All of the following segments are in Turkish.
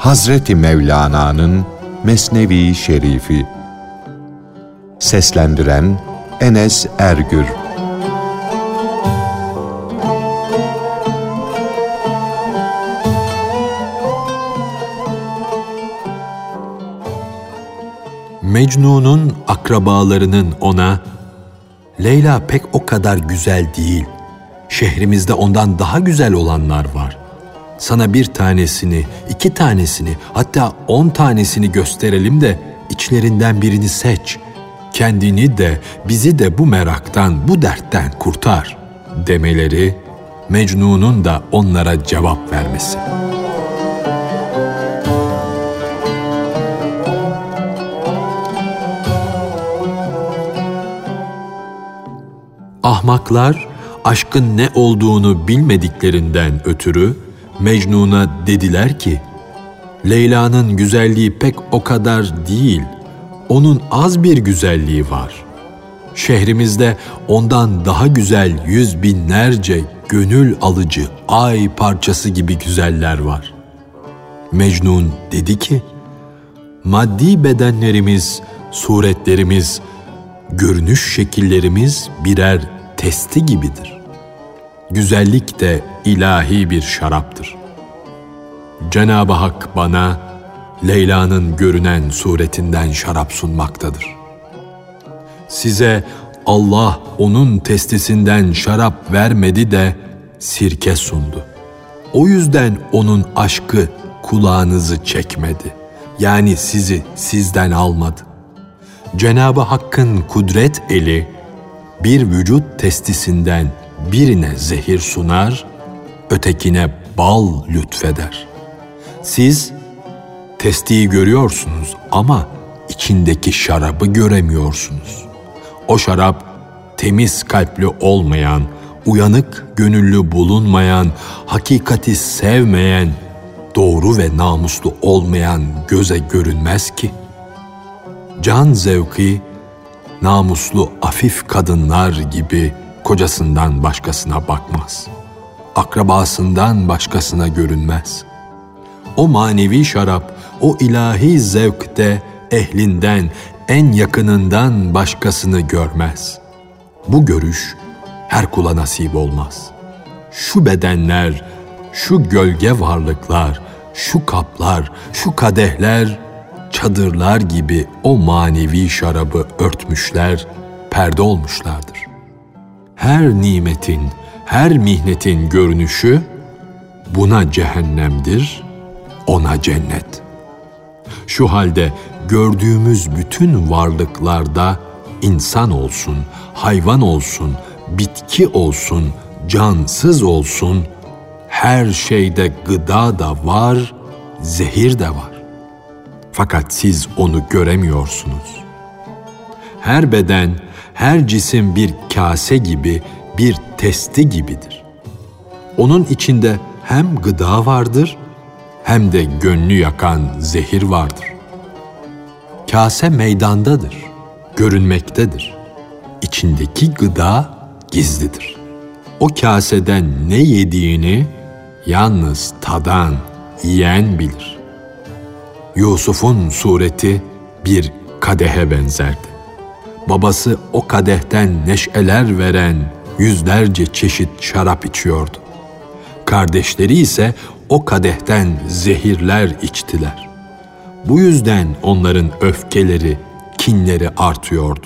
Hazreti Mevlana'nın Mesnevi Şerifi. Seslendiren Enes Ergür. Mecnun'un akrabalarının ona, "Leyla pek o kadar güzel değil. Şehrimizde ondan daha güzel olanlar var. Sana bir tanesini, 2 tanesini, hatta 10 tanesini gösterelim de içlerinden birini seç. Kendini de, bizi de bu meraktan, bu dertten kurtar." demeleri, Mecnun'un da onlara cevap vermesi. Ahmaklar, aşkın ne olduğunu bilmediklerinden ötürü Mecnun'a dediler ki, "Leyla'nın güzelliği pek o kadar değil, onun az bir güzelliği var. Şehrimizde ondan daha güzel 100 binlerce gönül alıcı ay parçası gibi güzeller var." Mecnun dedi ki, "Maddi bedenlerimiz, suretlerimiz, görünüş şekillerimiz birer testi gibidir. Güzellik de ilahi bir şaraptır. Cenab-ı Hak bana Leyla'nın görünen suretinden şarap sunmaktadır. Size Allah onun testisinden şarap vermedi de sirke sundu. O yüzden onun aşkı kulağınızı çekmedi. Yani sizi sizden almadı. Cenab-ı Hakk'ın kudret eli bir vücut testisinden birine zehir sunar, ötekine bal lütfeder. Siz testiyi görüyorsunuz ama içindeki şarabı göremiyorsunuz. O şarap temiz kalpli olmayan, uyanık gönüllü bulunmayan, hakikati sevmeyen, doğru ve namuslu olmayan göze görünmez ki. Can zevki, namuslu afif kadınlar gibi kocasından başkasına bakmaz. Akrabasından başkasına görünmez. O manevi şarap, o ilahi zevkte ehlinden, en yakınından başkasını görmez. Bu görüş her kula nasip olmaz. Şu bedenler, şu gölge varlıklar, şu kaplar, şu kadehler, çadırlar gibi o manevi şarabı örtmüşler, perde olmuşlardır. Her nimetin, her mihnetin görünüşü buna cehennemdir, ona cennet. Şu halde gördüğümüz bütün varlıklarda insan olsun, hayvan olsun, bitki olsun, cansız olsun, her şeyde gıda da var, zehir de var. Fakat siz onu göremiyorsunuz. Her beden, her cisim bir kase gibi, bir testi gibidir. Onun içinde hem gıda vardır, hem de gönlü yakan zehir vardır. Kase meydandadır, görünmektedir. İçindeki gıda gizlidir. O kaseden ne yediğini yalnız tadan, yiyen bilir. Yusuf'un sureti bir kadehe benzerdi. Babası o kadehten neşeler veren yüzlerce çeşit şarap içiyordu. Kardeşleri ise o kadehten zehirler içtiler. Bu yüzden onların öfkeleri, kinleri artıyordu.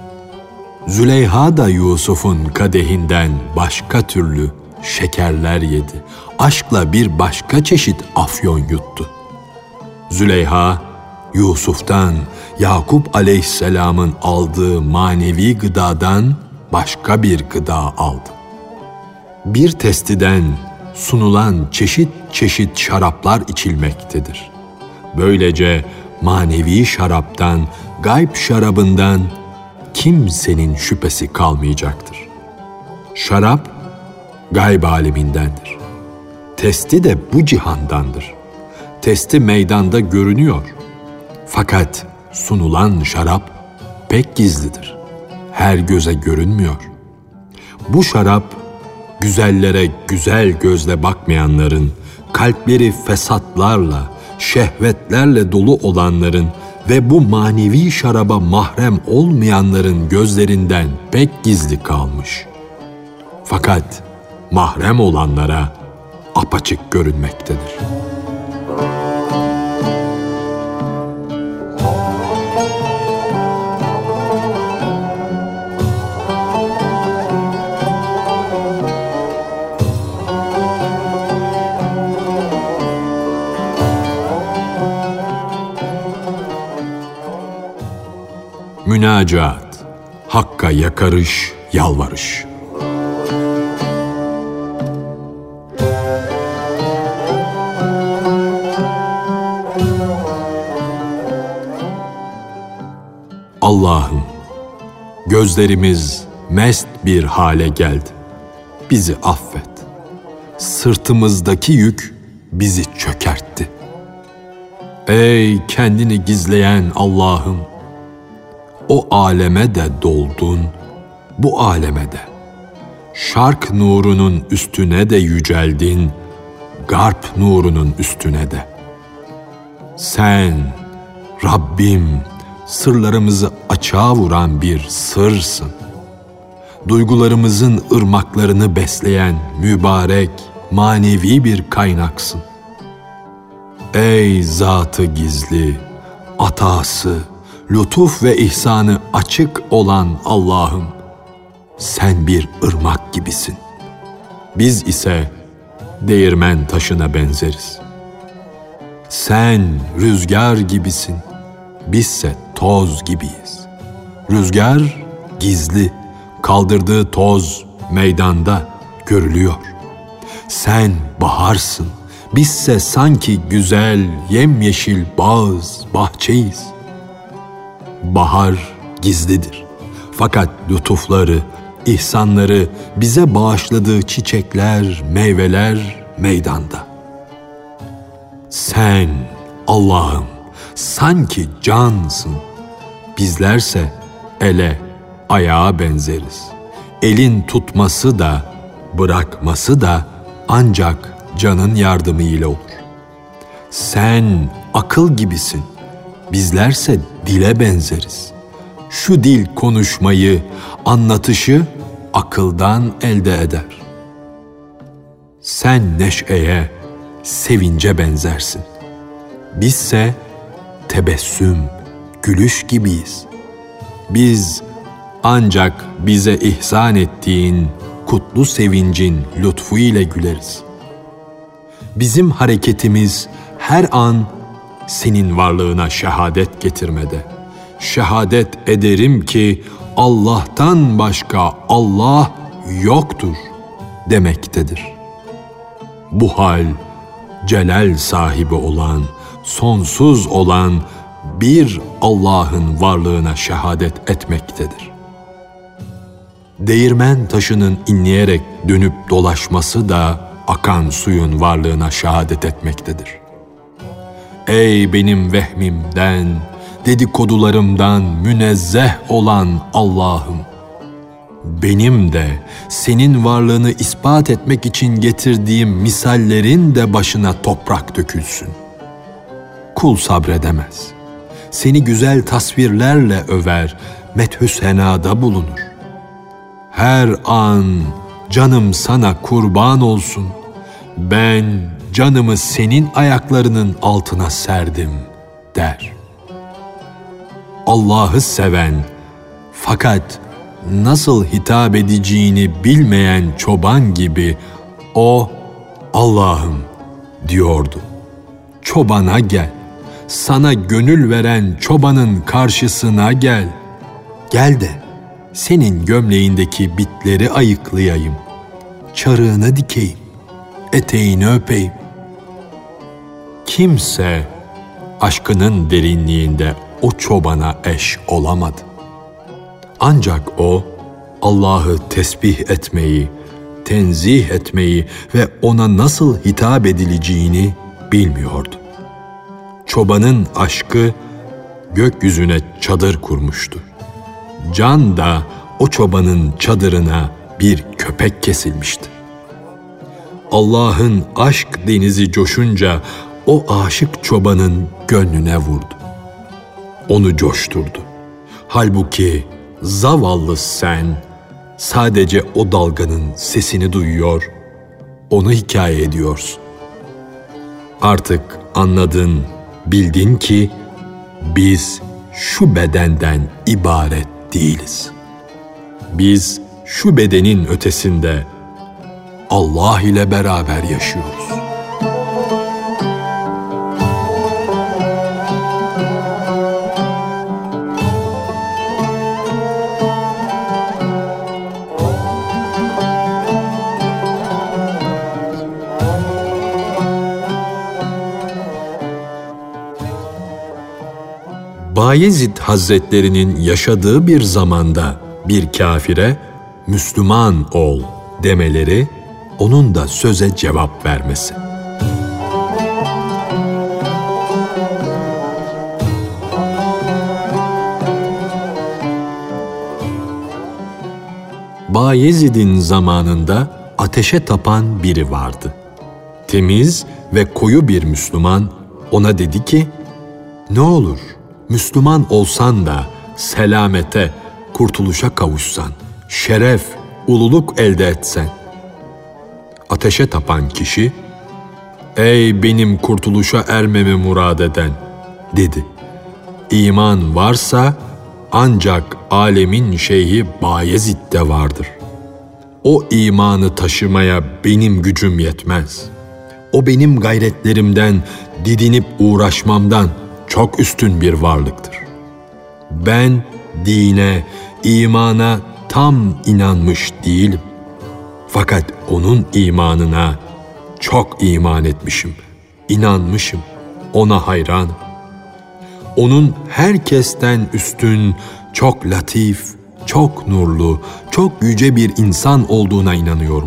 Züleyha da Yusuf'un kadehinden başka türlü şekerler yedi. Aşkla bir başka çeşit afyon yuttu. Züleyha, Yusuf'tan, Yakup aleyhisselamın aldığı manevi gıdadan başka bir gıda aldı. Bir testiden sunulan çeşit çeşit şaraplar içilmektedir. Böylece manevi şaraptan, gayb şarabından kimsenin şüphesi kalmayacaktır. Şarap, gayb alemindendir. Testi de bu cihandandır. Testi meydanda görünüyor. Fakat sunulan şarap pek gizlidir. Her göze görünmüyor. Bu şarap, güzellere güzel gözle bakmayanların, kalpleri fesatlarla, şehvetlerle dolu olanların ve bu manevi şaraba mahrem olmayanların gözlerinden pek gizli kalmış. Fakat mahrem olanlara apaçık görünmektedir. Münacat, Hakk'a yakarış, yalvarış. Allah'ım, gözlerimiz mest bir hale geldi. Bizi affet. Sırtımızdaki yük bizi çökertti. Ey kendini gizleyen Allah'ım, o aleme de doldun, bu aleme de. Şark nurunun üstüne de yüceldin, garp nurunun üstüne de. Sen, Rabbim, sırlarımızı açığa vuran bir sırsın. Duygularımızın ırmaklarını besleyen mübarek, manevi bir kaynaksın. Ey zatı gizli, atası, lütuf ve ihsanı açık olan Allah'ım, sen bir ırmak gibisin. Biz ise değirmen taşına benzeriz. Sen rüzgar gibisin, bizse toz gibiyiz. Rüzgar gizli, kaldırdığı toz meydanda görülüyor. Sen baharsın, bizse sanki güzel, yemyeşil bağız, bahçeyiz. Bahar gizlidir. Fakat lütufları, ihsanları, bize bağışladığı çiçekler, meyveler meydanda. Sen Allah'ım sanki cansın. Bizlerse ele, ayağa benzeriz. Elin tutması da, bırakması da ancak canın yardımı ile olur. Sen akıl gibisin. Bizlerse dile benzeriz. Şu dil konuşmayı, anlatışı akıldan elde eder. Sen neşeye, sevince benzersin. Bizse tebessüm, gülüş gibiyiz. Biz ancak bize ihsan ettiğin kutlu sevincin lütfu ile güleriz. Bizim hareketimiz her an senin varlığına şehadet getirmede. Şehadet ederim ki Allah'tan başka Allah yoktur demektedir. Bu hal celal sahibi olan, sonsuz olan bir Allah'ın varlığına şehadet etmektedir. Değirmen taşının inleyerek dönüp dolaşması da akan suyun varlığına şehadet etmektedir. Ey benim vehmimden, dedikodularımdan münezzeh olan Allah'ım! Benim de senin varlığını ispat etmek için getirdiğim misallerin de başına toprak dökülsün. Kul sabredemez. Seni güzel tasvirlerle över, methü senada bulunur. Her an canım sana kurban olsun. Ben canımı senin ayaklarının altına serdim der. Allah'ı seven fakat nasıl hitap edeceğini bilmeyen çoban gibi o Allah'ım diyordu. Çobana gel, sana gönül veren çobanın karşısına gel. Gel de senin gömleğindeki bitleri ayıklayayım, çarığını dikeyim, eteğini öpeyim. Kimse aşkının derinliğinde o çobana eş olamadı. Ancak o Allah'ı tesbih etmeyi, tenzih etmeyi ve ona nasıl hitap edileceğini bilmiyordu. Çobanın aşkı gökyüzüne çadır kurmuştu. Can da o çobanın çadırına bir köpek kesilmişti. Allah'ın aşk denizi coşunca o aşık çobanın gönlüne vurdu. Onu coşturdu. Halbuki zavallı sen sadece o dalganın sesini duyuyor, onu hikaye ediyorsun. Artık anladın, bildin ki biz şu bedenden ibaret değiliz. Biz şu bedenin ötesinde Allah ile beraber yaşıyoruz. Bayezid Hazretlerinin yaşadığı bir zamanda bir kafire Müslüman ol demeleri, onun da söze cevap vermesi. Bayezid'in zamanında ateşe tapan biri vardı. Temiz ve koyu bir Müslüman ona dedi ki, "Ne olur Müslüman olsan da selamete, kurtuluşa kavuşsan, şeref, ululuk elde etsen." Ateşe tapan kişi, "Ey benim kurtuluşa ermemi murad eden," dedi. "İman varsa ancak alemin şeyhi Bayezid'de vardır. O imanı taşımaya benim gücüm yetmez. O benim gayretlerimden, didinip uğraşmamdan çok üstün bir varlıktır. Ben dine, imana tam inanmış değilim. Fakat onun imanına çok iman etmişim, inanmışım, ona hayranım. Onun herkesten üstün, çok latif, çok nurlu, çok yüce bir insan olduğuna inanıyorum.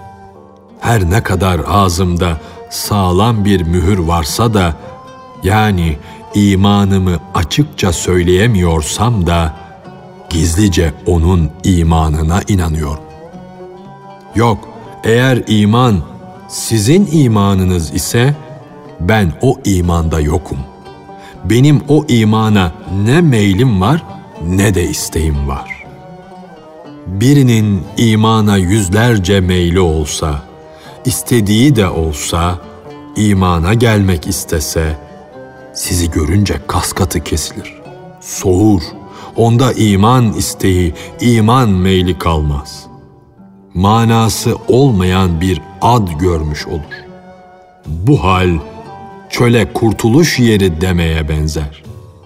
Her ne kadar ağzımda sağlam bir mühür varsa da, yani imanımı açıkça söyleyemiyorsam da, gizlice onun imanına inanıyorum. Yok, eğer iman sizin imanınız ise, ben o imanda yokum. Benim o imana ne meylim var, ne de isteğim var. Birinin imana yüzlerce meyli olsa, istediği de olsa, imana gelmek istese, sizi görünce kaskatı kesilir, soğur, onda iman isteği, iman meyli kalmaz. Manası olmayan bir ad görmüş olur. Bu hal, çöle kurtuluş yeri demeye benzer.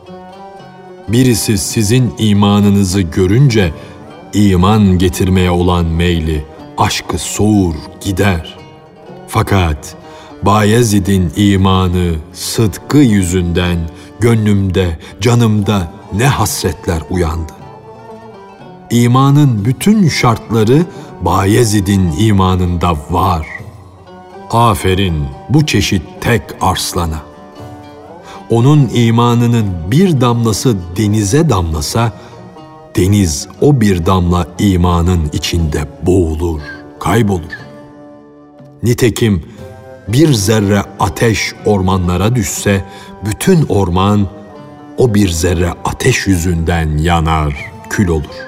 Birisi sizin imanınızı görünce, iman getirmeye olan meyli, aşkı soğur, gider. Fakat Bayezid'in imanı, sıdkı yüzünden gönlümde, canımda ne hasretler uyandı. İmanın bütün şartları Bayezid'in imanında var. Aferin bu çeşit tek arslana. Onun imanının bir damlası denize damlasa, deniz o bir damla imanın içinde boğulur, kaybolur. Nitekim bir zerre ateş ormanlara düşse, bütün orman o bir zerre ateş yüzünden yanar, kül olur.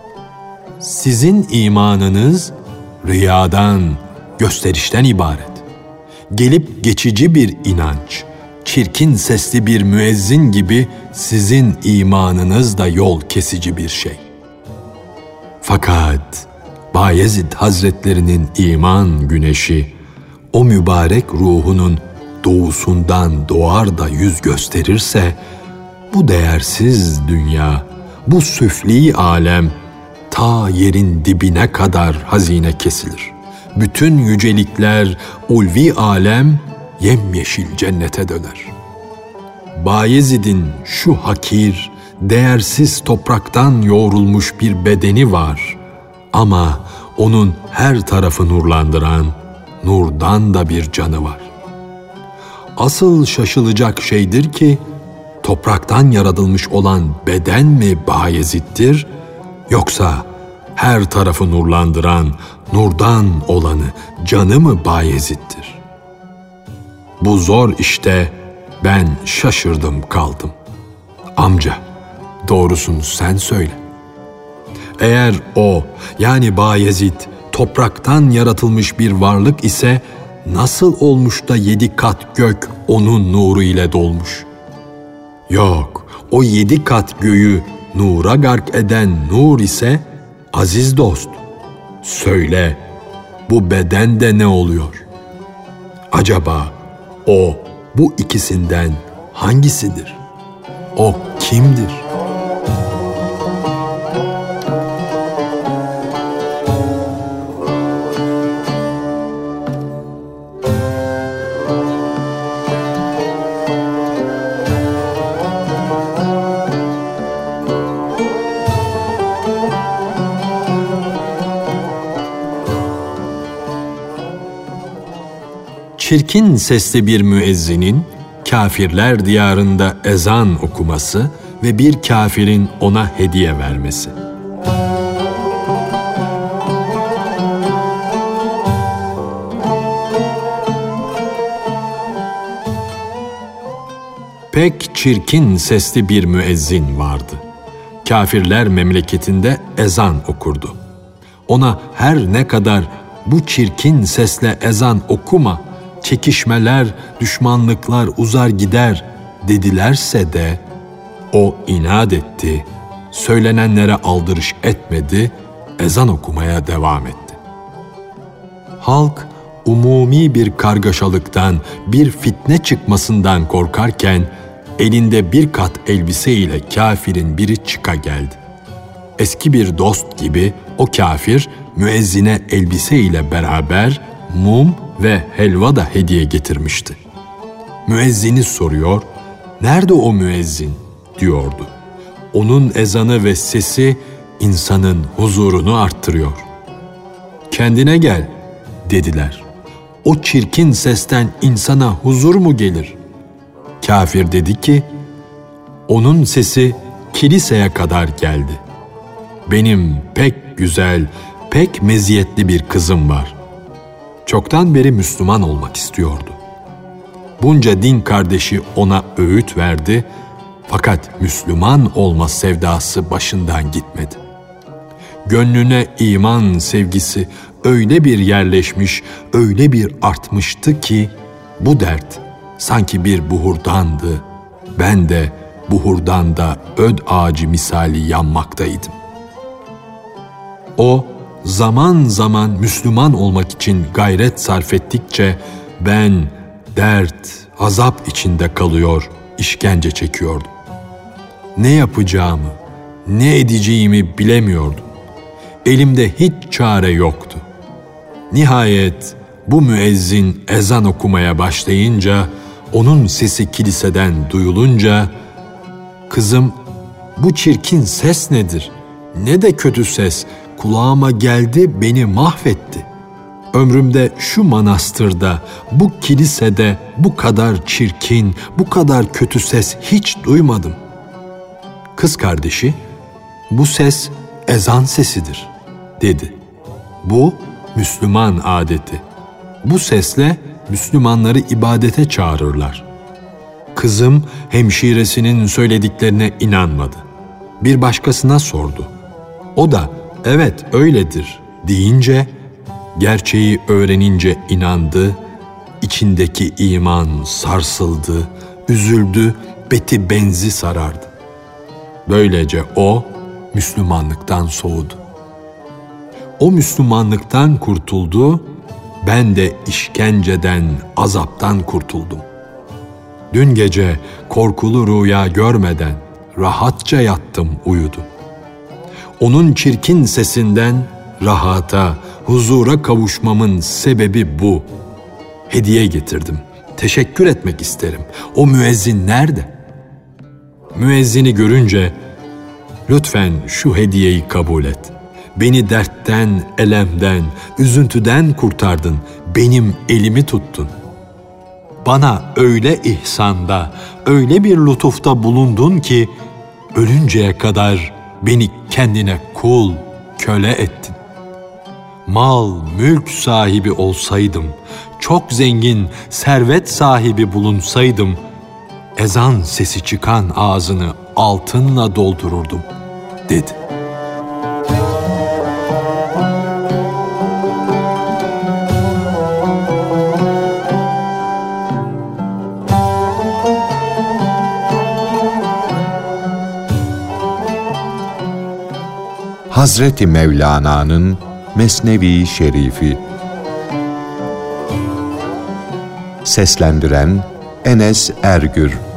Sizin imanınız riyadan, gösterişten ibaret. Gelip geçici bir inanç, çirkin sesli bir müezzin gibi sizin imanınız da yol kesici bir şey. Fakat Bayezid Hazretlerinin iman güneşi, o mübarek ruhunun doğusundan doğar da yüz gösterirse, bu değersiz dünya, bu süfli alem, ta yerin dibine kadar hazine kesilir. Bütün yücelikler, ulvi alem, yemyeşil cennete döner. Bayezid'in şu hakir, değersiz topraktan yoğrulmuş bir bedeni var. Ama onun her tarafı nurlandıran, nurdan da bir canı var. Asıl şaşılacak şeydir ki, topraktan yaratılmış olan beden mi Bayezid'dir, yoksa her tarafı nurlandıran, nurdan olanı, canı mı Bayezid'dir? Bu zor işte ben şaşırdım kaldım. Amca, doğrusunu sen söyle. Eğer o, yani Bayezid, topraktan yaratılmış bir varlık ise nasıl olmuş da 7 kat gök onun nuru ile dolmuş? Yok, o 7 kat göğü nura gark eden nur ise aziz dost, söyle, bu bedende ne oluyor? Acaba o bu ikisinden hangisidir? O kimdir? Çirkin sesli bir müezzinin kâfirler diyarında ezan okuması ve bir kâfirin ona hediye vermesi. Pek çirkin sesli bir müezzin vardı. Kâfirler memleketinde ezan okurdu. Ona her ne kadar bu çirkin sesle ezan okuma, çekişmeler, düşmanlıklar uzar gider dedilerse de o inat etti, söylenenlere aldırış etmedi, ezan okumaya devam etti. Halk umumi bir kargaşalıktan, bir fitne çıkmasından korkarken elinde bir kat elbise ile kâfirin biri çıka geldi. Eski bir dost gibi o kâfir müezzine elbise ile beraber mum ve helva da hediye getirmişti. Müezzini soruyor, "Nerede o müezzin?" diyordu. Onun ezanı ve sesi insanın huzurunu arttırıyor. "Kendine gel," dediler. "O çirkin sesten insana huzur mu gelir?" Kâfir dedi ki, "Onun sesi kiliseye kadar geldi. Benim pek güzel, pek meziyetli bir kızım var. Çoktan beri Müslüman olmak istiyordu. Bunca din kardeşi ona öğüt verdi, fakat Müslüman olma sevdası başından gitmedi. Gönlüne iman sevgisi öyle bir yerleşmiş, öyle bir artmıştı ki bu dert sanki bir buhurdandı. Ben de buhurdanda öd ağacı misali yanmaktaydım." O zaman zaman Müslüman olmak için gayret sarf ettikçe ben dert, azap içinde kalıyor, işkence çekiyordum. Ne yapacağımı, ne edeceğimi bilemiyordum. Elimde hiç çare yoktu. Nihayet bu müezzin ezan okumaya başlayınca, onun sesi kiliseden duyulunca, "Kızım, bu çirkin ses nedir? Ne de kötü ses, kulağıma geldi, beni mahvetti. Ömrümde şu manastırda, bu kilisede bu kadar çirkin, bu kadar kötü ses hiç duymadım." Kız kardeşi, "Bu ses ezan sesidir," dedi. "Bu Müslüman adeti. Bu sesle Müslümanları ibadete çağırırlar." Kızım hemşiresinin söylediklerine inanmadı. Bir başkasına sordu. O da "Evet öyledir," deyince, gerçeği öğrenince inandı, içindeki iman sarsıldı, üzüldü, beti benzi sarardı. Böylece o Müslümanlıktan soğudu. O Müslümanlıktan kurtuldu, ben de işkenceden, azaptan kurtuldum. Dün gece korkulu rüya görmeden rahatça yattım, uyudum. Onun çirkin sesinden rahata, huzura kavuşmamın sebebi bu. Hediye getirdim. Teşekkür etmek isterim. O müezzin nerede? Müezzini görünce, "Lütfen şu hediyeyi kabul et. Beni dertten, elemden, üzüntüden kurtardın. Benim elimi tuttun. Bana öyle ihsanda, öyle bir lütufta bulundun ki, ölünceye kadar beni kendine kul, köle ettin. mal, mülk sahibi olsaydım, çok zengin, servet sahibi bulunsaydım, ezan sesi çıkan ağzını altınla doldururdum, dedi. Hazreti Mevlana'nın Mesnevi Şerifi. Seslendiren Enes Ergür.